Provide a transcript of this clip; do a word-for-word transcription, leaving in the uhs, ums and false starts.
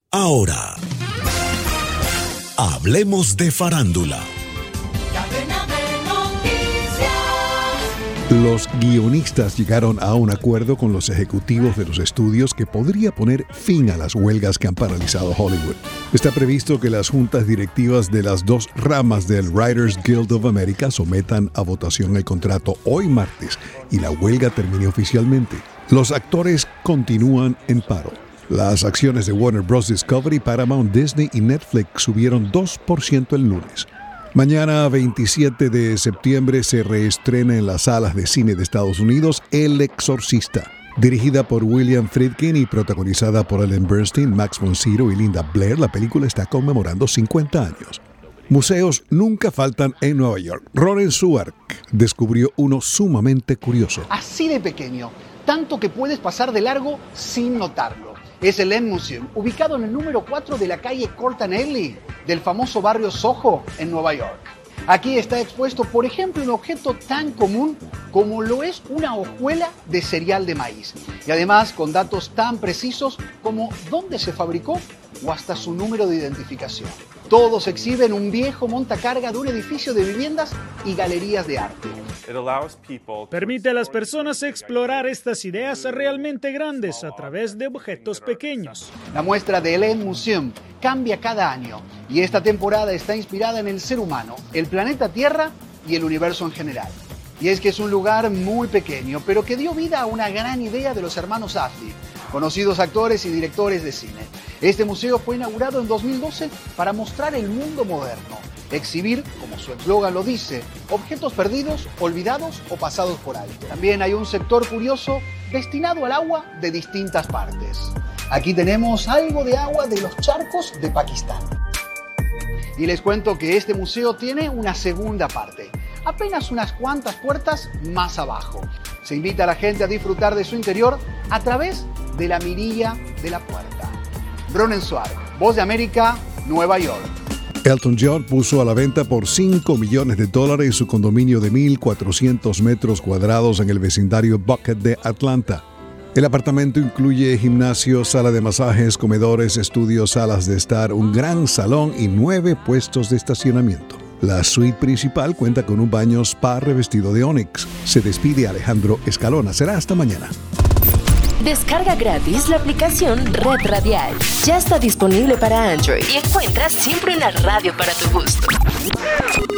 Ahora, hablemos de farándula. Los guionistas llegaron a un acuerdo con los ejecutivos de los estudios que podría poner fin a las huelgas que han paralizado Hollywood. Está previsto que las juntas directivas de las dos ramas del Writers Guild of America sometan a votación el contrato hoy martes y la huelga termine oficialmente. Los actores continúan en paro. Las acciones de Warner Bros. Discovery, Paramount, Disney y Netflix subieron dos por ciento el lunes. Mañana, veintisiete de septiembre, se reestrena en las salas de cine de Estados Unidos El Exorcista. Dirigida por William Friedkin y protagonizada por Ellen Burstyn, Max von Sydow y Linda Blair, la película está conmemorando cincuenta años. Museos nunca faltan en Nueva York. Ronen Suark descubrió uno sumamente curioso. Así de pequeño, tanto que puedes pasar de largo sin notarlo. Es el End Museum, ubicado en el número cuatro de la calle Court and Alley, del famoso barrio Soho, en Nueva York. Aquí está expuesto, por ejemplo, un objeto tan común como lo es una hojuela de cereal de maíz. Y además con datos tan precisos como dónde se fabricó o hasta su número de identificación. Todos exhiben un viejo montacarga de un edificio de viviendas y galerías de arte. Permite a las personas explorar estas ideas realmente grandes a través de objetos pequeños. La muestra del End Museum cambia cada año y esta temporada está inspirada en el ser humano, el planeta Tierra y el universo en general. Y es que es un lugar muy pequeño, pero que dio vida a una gran idea de los hermanos Safdie, conocidos actores y directores de cine. Este museo fue inaugurado en dos mil doce para mostrar el mundo moderno, exhibir, como su eslogan lo dice, objetos perdidos, olvidados o pasados por alto. También hay un sector curioso destinado al agua de distintas partes. Aquí tenemos algo de agua de los charcos de Pakistán. Y les cuento que este museo tiene una segunda parte, apenas unas cuantas puertas más abajo. Se invita a la gente a disfrutar de su interior a través de la mirilla de la puerta. Ronen Suark, Voz de América, Nueva York. Elton John puso a la venta por cinco millones de dólares su condominio de mil cuatrocientos metros cuadrados en el vecindario Buckhead de Atlanta. El apartamento incluye gimnasio, sala de masajes, comedores, estudios, salas de estar, un gran salón y nueve puestos de estacionamiento. La suite principal cuenta con un baño spa revestido de ónix. Se despide Alejandro Escalona. Será hasta mañana. Descarga gratis la aplicación Red Radial. Ya está disponible para Android y encuentras siempre una radio para tu gusto.